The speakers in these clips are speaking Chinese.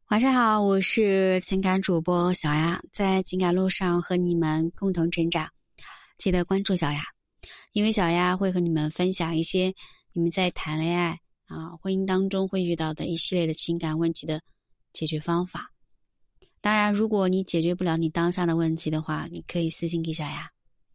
晚上好，我是情感主播小丫，在情感路上和你们共同成长，记得关注小丫，因为小丫会和你们分享一些你们在谈恋爱婚姻当中会遇到的一系列的情感问题的解决方法。当然，如果你解决不了你当下的问题的话，你可以私信给小丫。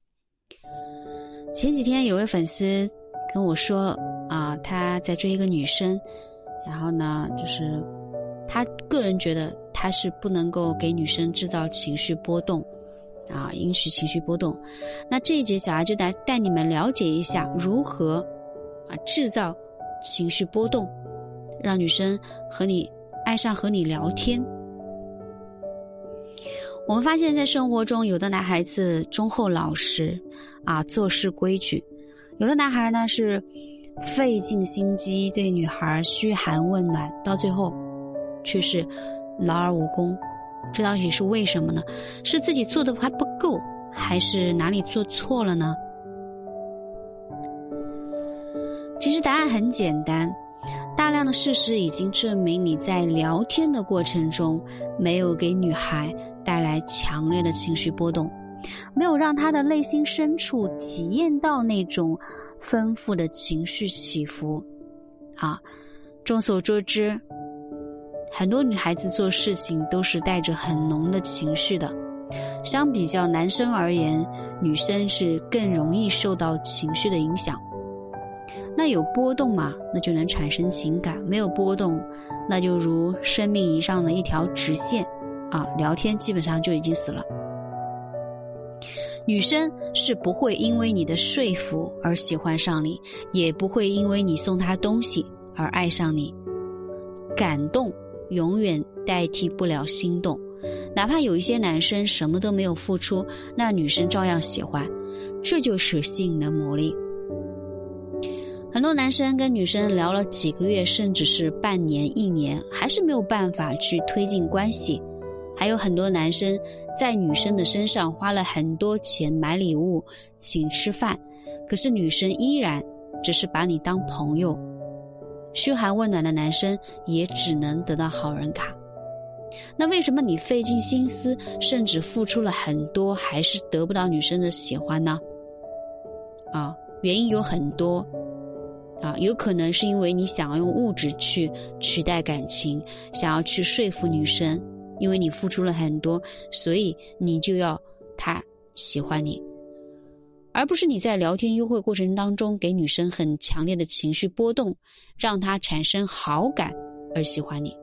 前几天有位粉丝跟我说他在追一个女生，然后呢就是他个人觉得他是不能够给女生制造情绪波动允许情绪波动。那这一节小丫就带你们了解一下如何制造情绪波动，让女生爱上和你聊天。我们发现在生活中，有的男孩子忠厚老实做事规矩，有的男孩呢是费尽心机对女孩嘘寒问暖，到最后却是劳而无功。这到底是为什么呢？是自己做的还不够，还是哪里做错了呢？其实答案很简单，大量的事实已经证明你在聊天的过程中没有给女孩带来强烈的情绪波动，没有让她的内心深处体验到那种丰富的情绪起伏众所周知，很多女孩子做事情都是带着很浓的情绪的，相比较男生而言，女生是更容易受到情绪的影响。那有波动嘛，那就能产生情感；没有波动，那就如生命仪上的一条直线聊天基本上就已经死了。女生是不会因为你的说服而喜欢上你，也不会因为你送她东西而爱上你。感动永远代替不了心动，哪怕有一些男生什么都没有付出，那女生照样喜欢，这就是吸引的魔力。很多男生跟女生聊了几个月，甚至是半年、1年，还是没有办法去推进关系。还有很多男生在女生的身上花了很多钱买礼物、请吃饭，可是女生依然只是把你当朋友。嘘寒问暖的男生也只能得到好人卡。那为什么你费尽心思，甚至付出了很多，还是得不到女生的喜欢呢？原因有很多有可能是因为你想要用物质去取代感情，想要去说服女生，因为你付出了很多，所以你就要她喜欢你，而不是你在聊天幽会过程当中给女生很强烈的情绪波动，让她产生好感而喜欢你。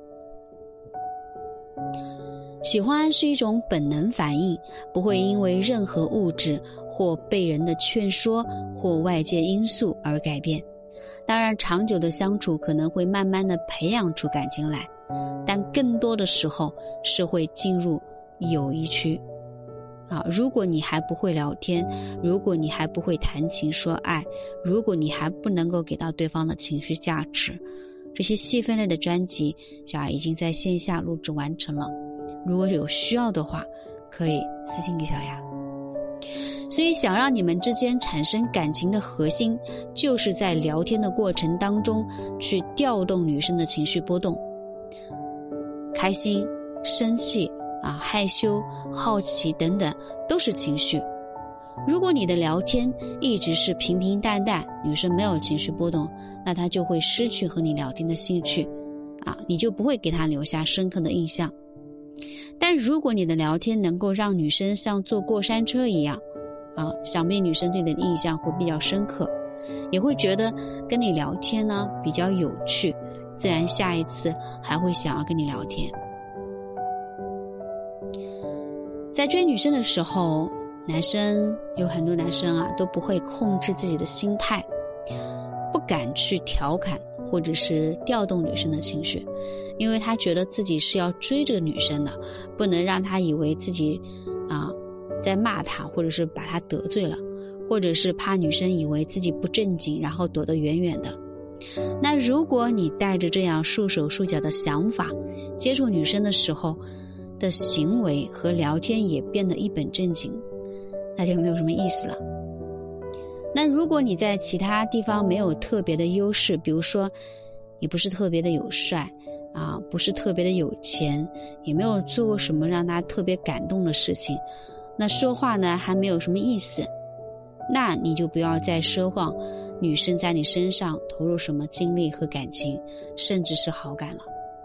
喜欢是一种本能反应，不会因为任何物质或被人的劝说或外界因素而改变。当然，长久的相处可能会慢慢的培养出感情来，但更多的时候是会进入友谊区。如果你还不会聊天，如果你还不会谈情说爱，如果你还不能够给到对方的情绪价值，这些细分类的专辑小雅已经在线下录制完成了，如果有需要的话可以私信给小雅。所以想让你们之间产生感情的核心，就是在聊天的过程当中去调动女生的情绪波动，开心、生气害羞、好奇等等都是情绪。如果你的聊天一直是平平淡淡，女生没有情绪波动，那她就会失去和你聊天的兴趣你就不会给她留下深刻的印象。但如果你的聊天能够让女生像坐过山车一样想必女生对你的印象会比较深刻，也会觉得跟你聊天呢比较有趣，自然下一次还会想要跟你聊天。在追女生的时候，有很多男生都不会控制自己的心态，不敢去调侃或者是调动女生的情绪，因为他觉得自己是要追这个女生的，不能让她以为自己在骂她，或者是把她得罪了，或者是怕女生以为自己不正经，然后躲得远远的。那如果你带着这样束手束脚的想法接触女生的时候的行为和聊天也变得一本正经，那就没有什么意思了。那如果你在其他地方没有特别的优势，比如说你不是特别的有帅不是特别的有钱，也没有做过什么让他特别感动的事情，那说话呢还没有什么意思，那你就不要再奢望女生在你身上投入什么精力和感情，甚至是好感了。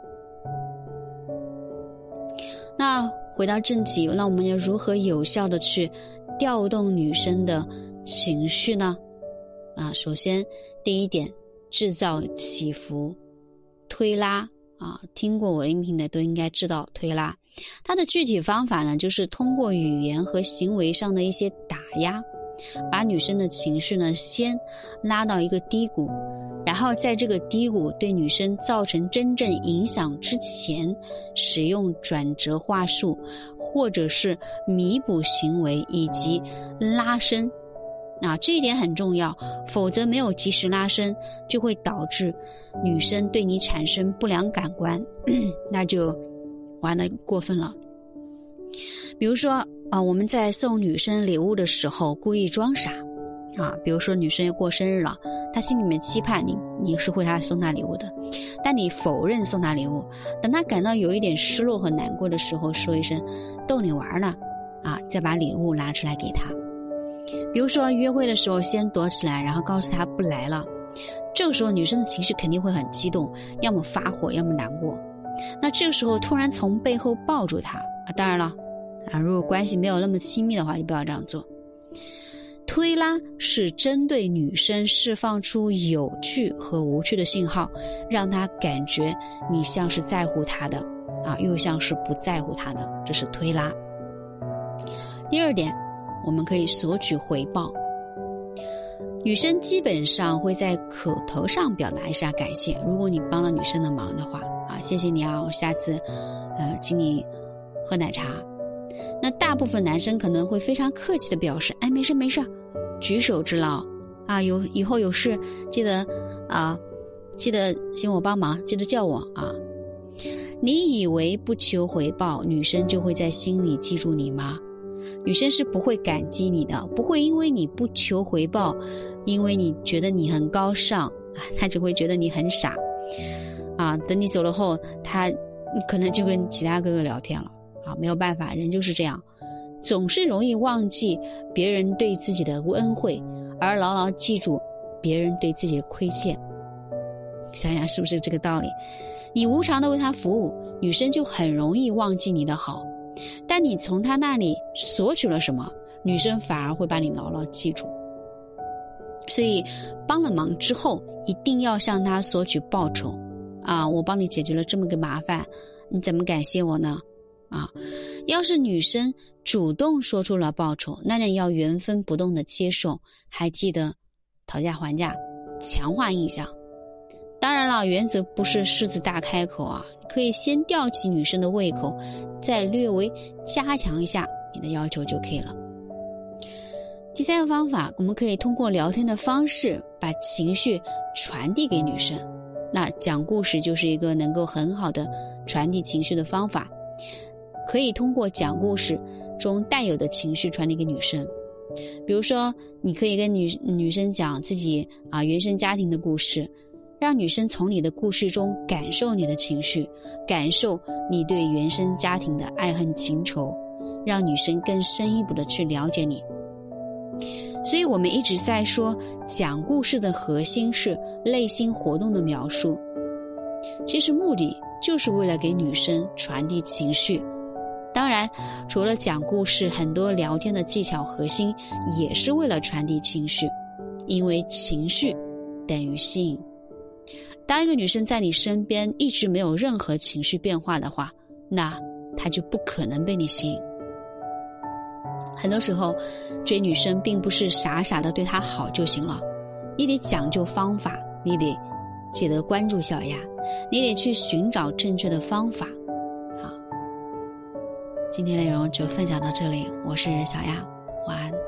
那回到正题，那我们要如何有效的去调动女生的情绪呢？首先第一点，制造起伏，推拉听过我音频的都应该知道推拉。它的具体方法呢，就是通过语言和行为上的一些打压，把女生的情绪呢先拉到一个低谷，然后在这个低谷对女生造成真正影响之前，使用转折话术，或者是弥补行为以及拉伸。这一点很重要，否则没有及时拉伸，就会导致女生对你产生不良感官，那就玩得过分了。比如说我们在送女生礼物的时候故意装傻比如说女生要过生日了，她心里面期盼你是会送她礼物的，但你否认送她礼物，等她感到有一点失落和难过的时候，说一声逗你玩呢再把礼物拿出来给她。比如说约会的时候先躲起来，然后告诉她不来了，这个时候女生的情绪肯定会很激动，要么发火要么难过，那这个时候突然从背后抱住她当然了如果关系没有那么亲密的话，就不要这样做。推拉是针对女生释放出有趣和无趣的信号，让她感觉你像是在乎她的又像是不在乎她的，这是推拉。第二点，我们可以索取回报。女生基本上会在口头上表达一下感谢，如果你帮了女生的忙的话谢谢你我下次请你喝奶茶。那大部分男生可能会非常客气的表示没事没事，举手之劳以后有事记得请我帮忙，记得叫我你以为不求回报女生就会在心里记住你吗？女生是不会感激你的，不会因为你不求回报，因为你觉得你很高尚她只会觉得你很傻等你走了后，她可能就跟其他哥哥聊天了没有办法，人就是这样，总是容易忘记别人对自己的恩惠，而牢牢记住别人对自己的亏欠。想想是不是这个道理？你无偿的为她服务，女生就很容易忘记你的好，但你从她那里索取了什么，女生反而会把你牢牢记住。所以帮了忙之后一定要向她索取报酬我帮你解决了这么个麻烦，你怎么感谢我呢？要是女生主动说出了报酬，那你要原封不动的接受，还记得讨价还价，强化印象。当然了，原则不是狮子大开口可以先吊起女生的胃口，再略微加强一下你的要求就可以了。第三个方法，我们可以通过聊天的方式把情绪传递给女生。那讲故事就是一个能够很好的传递情绪的方法，可以通过讲故事中带有的情绪传递给女生。比如说你可以跟女生讲自己原生家庭的故事，让女生从你的故事中感受你的情绪，感受你对原生家庭的爱恨情仇，让女生更深一步的去了解你。所以我们一直在说，讲故事的核心是内心活动的描述，其实目的就是为了给女生传递情绪。当然除了讲故事，很多聊天的技巧核心也是为了传递情绪，因为情绪等于吸引。当一个女生在你身边一直没有任何情绪变化的话，那她就不可能被你吸引。很多时候追女生并不是傻傻的对她好就行了，你得讲究方法，你得记得关注小丫，你得去寻找正确的方法。好，今天内容就分享到这里，我是小丫，晚安。